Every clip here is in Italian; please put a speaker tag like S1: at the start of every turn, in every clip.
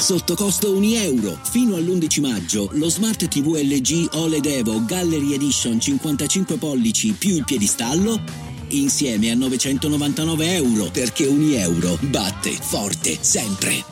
S1: sotto costo €1. Fino all'11 maggio lo Smart TV LG OLED Evo Gallery Edition 55 pollici più il piedistallo insieme a €999, perché €1 batte forte sempre.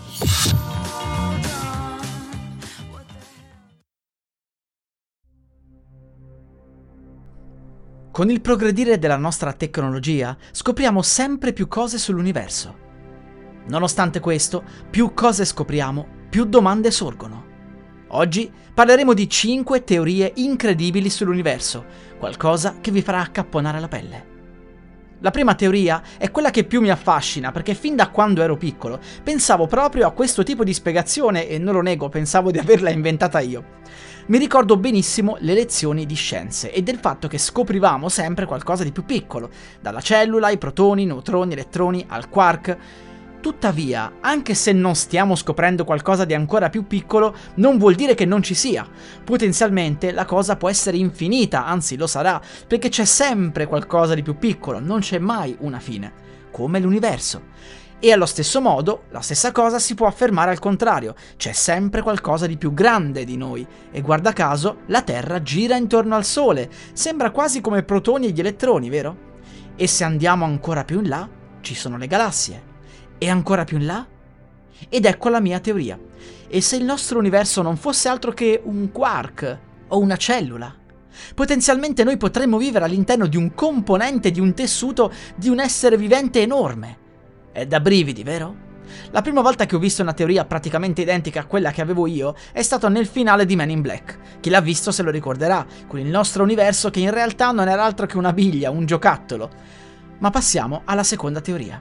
S2: Con il progredire della nostra tecnologia scopriamo sempre più cose sull'universo. Nonostante questo, più cose scopriamo, più domande sorgono. Oggi parleremo di 5 teorie incredibili sull'universo, qualcosa che vi farà accapponare la pelle. La prima teoria è quella che più mi affascina, perché fin da quando ero piccolo pensavo proprio a questo tipo di spiegazione e non lo nego, pensavo di averla inventata io. Mi ricordo benissimo le lezioni di scienze e del fatto che scoprivamo sempre qualcosa di più piccolo, dalla cellula ai protoni, neutroni, elettroni, al quark. Tuttavia, anche se non stiamo scoprendo qualcosa di ancora più piccolo, non vuol dire che non ci sia. Potenzialmente la cosa può essere infinita, anzi lo sarà, perché c'è sempre qualcosa di più piccolo, non c'è mai una fine, come l'universo. E allo stesso modo, la stessa cosa si può affermare al contrario, c'è sempre qualcosa di più grande di noi, e guarda caso, la Terra gira intorno al Sole, sembra quasi come i protoni e gli elettroni, vero? E se andiamo ancora più in là, ci sono le galassie. E ancora più in là? Ed ecco la mia teoria. E se il nostro universo non fosse altro che un quark o una cellula? Potenzialmente noi potremmo vivere all'interno di un componente di un tessuto di un essere vivente enorme. È da brividi, vero? La prima volta che ho visto una teoria praticamente identica a quella che avevo io è stato nel finale di Men in Black. Chi l'ha visto se lo ricorderà, con il nostro universo che in realtà non era altro che una biglia, un giocattolo. Ma passiamo alla seconda teoria.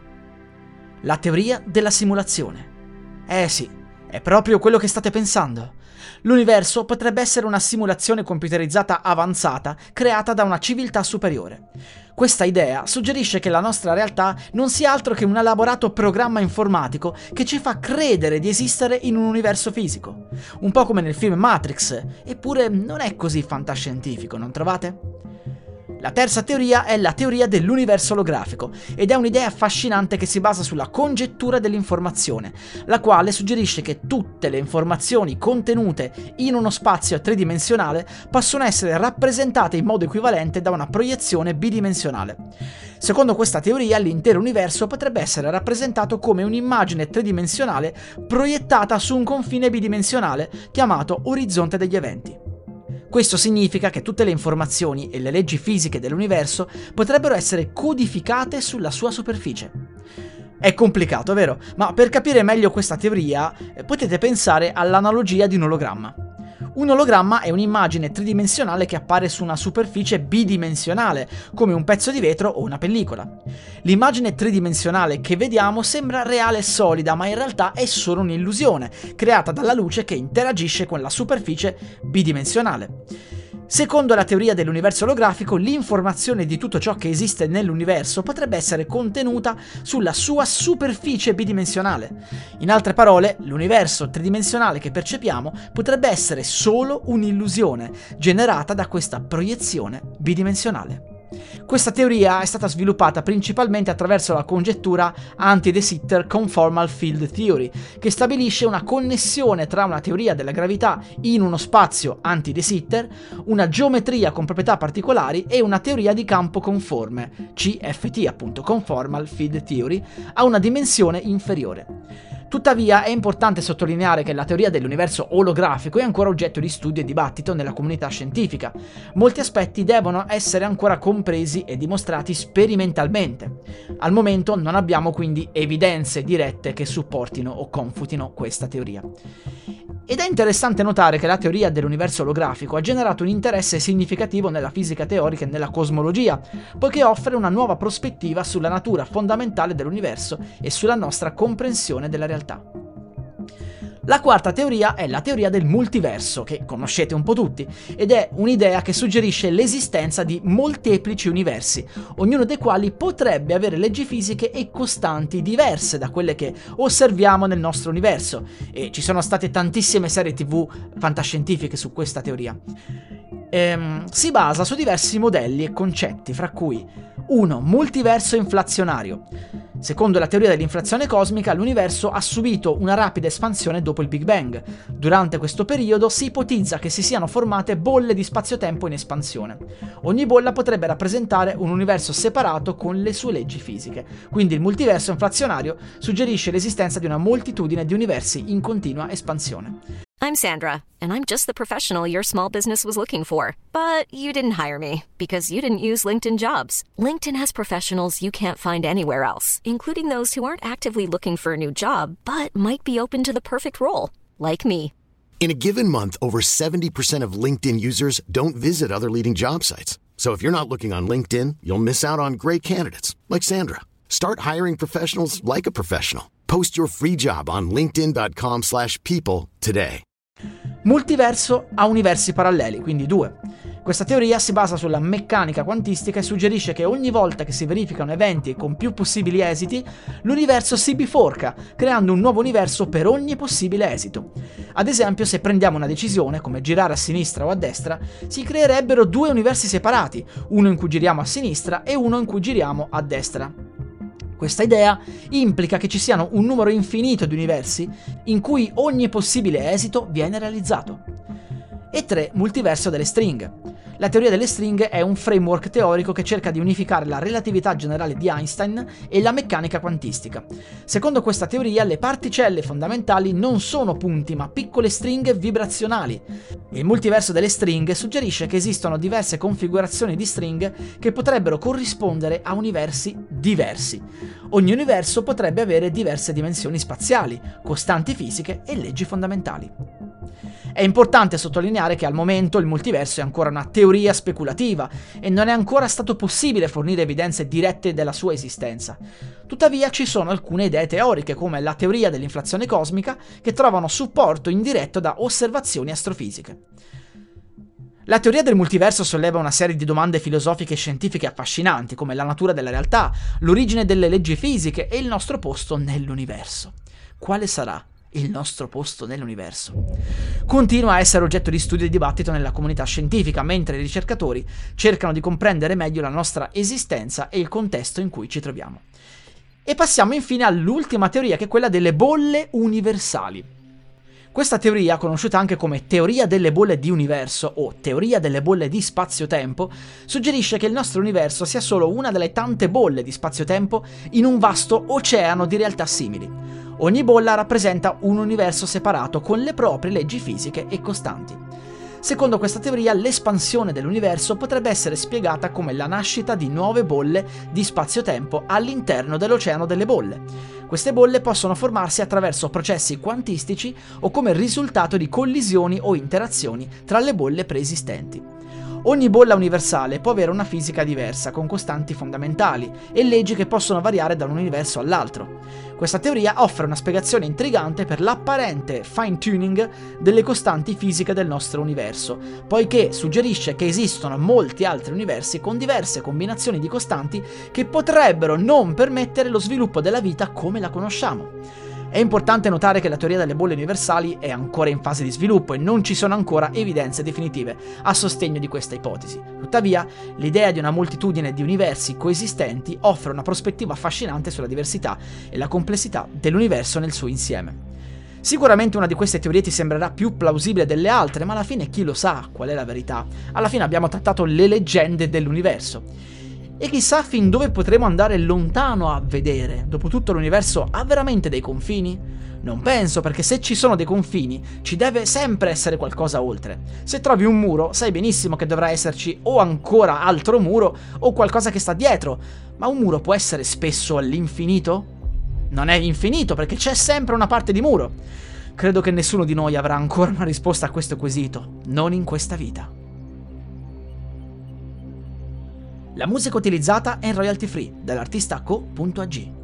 S2: La teoria della simulazione. Sì, è proprio quello che state pensando. L'universo potrebbe essere una simulazione computerizzata avanzata creata da una civiltà superiore. Questa idea suggerisce che la nostra realtà non sia altro che un elaborato programma informatico che ci fa credere di esistere in un universo fisico. Un po' come nel film Matrix, eppure non è così fantascientifico, non trovate? La terza teoria è la teoria dell'universo olografico ed è un'idea affascinante che si basa sulla congettura dell'informazione, la quale suggerisce che tutte le informazioni contenute in uno spazio tridimensionale possono essere rappresentate in modo equivalente da una proiezione bidimensionale. Secondo questa teoria, l'intero universo potrebbe essere rappresentato come un'immagine tridimensionale proiettata su un confine bidimensionale chiamato orizzonte degli eventi. Questo significa che tutte le informazioni e le leggi fisiche dell'universo potrebbero essere codificate sulla sua superficie. È complicato, vero? Ma per capire meglio questa teoria potete pensare all'analogia di un ologramma. Un ologramma è un'immagine tridimensionale che appare su una superficie bidimensionale, come un pezzo di vetro o una pellicola. L'immagine tridimensionale che vediamo sembra reale e solida, ma in realtà è solo un'illusione, creata dalla luce che interagisce con la superficie bidimensionale. Secondo la teoria dell'universo olografico, l'informazione di tutto ciò che esiste nell'universo potrebbe essere contenuta sulla sua superficie bidimensionale. In altre parole, l'universo tridimensionale che percepiamo potrebbe essere solo un'illusione generata da questa proiezione bidimensionale. Questa teoria è stata sviluppata principalmente attraverso la congettura Anti-de Sitter Conformal Field Theory, che stabilisce una connessione tra una teoria della gravità in uno spazio anti-de Sitter, una geometria con proprietà particolari e una teoria di campo conforme, CFT appunto, Conformal Field Theory, a una dimensione inferiore. Tuttavia è importante sottolineare che la teoria dell'universo olografico è ancora oggetto di studio e dibattito nella comunità scientifica. Molti aspetti devono essere ancora compresi e dimostrati sperimentalmente. Al momento non abbiamo quindi evidenze dirette che supportino o confutino questa teoria. Ed è interessante notare che la teoria dell'universo olografico ha generato un interesse significativo nella fisica teorica e nella cosmologia, poiché offre una nuova prospettiva sulla natura fondamentale dell'universo e sulla nostra comprensione della realtà. La quarta teoria è la teoria del multiverso, che conoscete un po' tutti, ed è un'idea che suggerisce l'esistenza di molteplici universi, ognuno dei quali potrebbe avere leggi fisiche e costanti diverse da quelle che osserviamo nel nostro universo, e ci sono state tantissime serie TV fantascientifiche su questa teoria. si basa su diversi modelli e concetti, fra cui 1. Multiverso inflazionario. Secondo la teoria dell'inflazione cosmica, l'universo ha subito una rapida espansione dopo il Big Bang. Durante questo periodo si ipotizza che si siano formate bolle di spazio-tempo in espansione. Ogni bolla potrebbe rappresentare un universo separato con le sue leggi fisiche. Quindi il multiverso inflazionario suggerisce l'esistenza di una moltitudine di universi in continua espansione.
S3: I'm Sandra, and I'm just the professional your small business was looking for. But you didn't hire me, because you didn't use LinkedIn Jobs. LinkedIn has professionals you can't find anywhere else, including those who aren't actively looking for a new job, but might be open to the perfect role, like me.
S4: In a given month, over 70% of LinkedIn users don't visit other leading job sites. So if you're not looking on LinkedIn, you'll miss out on great candidates, like Sandra. Start hiring professionals like a professional. Post your free job on linkedin.com/people today.
S2: Multiverso a universi paralleli, quindi 2. Questa teoria si basa sulla meccanica quantistica e suggerisce che ogni volta che si verificano eventi con più possibili esiti, l'universo si biforca, creando un nuovo universo per ogni possibile esito. Ad esempio, se prendiamo una decisione, come girare a sinistra o a destra, si creerebbero 2 universi separati, uno in cui giriamo a sinistra e uno in cui giriamo a destra. Questa idea implica che ci siano un numero infinito di universi in cui ogni possibile esito viene realizzato. E 3. Multiverso delle stringhe. La teoria delle stringhe è un framework teorico che cerca di unificare la relatività generale di Einstein e la meccanica quantistica. Secondo questa teoria, le particelle fondamentali non sono punti, ma piccole stringhe vibrazionali. Il multiverso delle stringhe suggerisce che esistono diverse configurazioni di stringhe che potrebbero corrispondere a universi diversi. Ogni universo potrebbe avere diverse dimensioni spaziali, costanti fisiche e leggi fondamentali. È importante sottolineare che al momento il multiverso è ancora una teoria speculativa e non è ancora stato possibile fornire evidenze dirette della sua esistenza. Tuttavia ci sono alcune idee teoriche, come la teoria dell'inflazione cosmica, che trovano supporto indiretto da osservazioni astrofisiche. La teoria del multiverso solleva una serie di domande filosofiche e scientifiche affascinanti, come la natura della realtà, l'origine delle leggi fisiche e il nostro posto nell'universo. Quale sarà il nostro posto nell'universo? Continua a essere oggetto di studio e dibattito nella comunità scientifica, mentre i ricercatori cercano di comprendere meglio la nostra esistenza e il contesto in cui ci troviamo. E passiamo infine all'ultima teoria, che è quella delle bolle universali. Questa teoria, conosciuta anche come teoria delle bolle di universo o teoria delle bolle di spazio-tempo, suggerisce che il nostro universo sia solo una delle tante bolle di spazio-tempo in un vasto oceano di realtà simili. Ogni bolla rappresenta un universo separato con le proprie leggi fisiche e costanti. Secondo questa teoria, l'espansione dell'universo potrebbe essere spiegata come la nascita di nuove bolle di spazio-tempo all'interno dell'oceano delle bolle. Queste bolle possono formarsi attraverso processi quantistici o come risultato di collisioni o interazioni tra le bolle preesistenti. Ogni bolla universale può avere una fisica diversa, con costanti fondamentali e leggi che possono variare da un universo all'altro. Questa teoria offre una spiegazione intrigante per l'apparente fine-tuning delle costanti fisiche del nostro universo, poiché suggerisce che esistono molti altri universi con diverse combinazioni di costanti che potrebbero non permettere lo sviluppo della vita come la conosciamo. È importante notare che la teoria delle bolle universali è ancora in fase di sviluppo e non ci sono ancora evidenze definitive a sostegno di questa ipotesi. Tuttavia, l'idea di una moltitudine di universi coesistenti offre una prospettiva affascinante sulla diversità e la complessità dell'universo nel suo insieme. Sicuramente una di queste teorie ti sembrerà più plausibile delle altre, ma alla fine chi lo sa qual è la verità? Alla fine abbiamo trattato le leggende dell'universo. E chissà fin dove potremo andare lontano a vedere. Dopotutto l'universo ha veramente dei confini? Non penso, perché se ci sono dei confini, ci deve sempre essere qualcosa oltre. Se trovi un muro, sai benissimo che dovrà esserci o ancora altro muro o qualcosa che sta dietro. Ma un muro può essere spesso all'infinito? Non è infinito, perché c'è sempre una parte di muro. Credo che nessuno di noi avrà ancora una risposta a questo quesito, non in questa vita. La musica utilizzata è in royalty free dall'artista co.ag.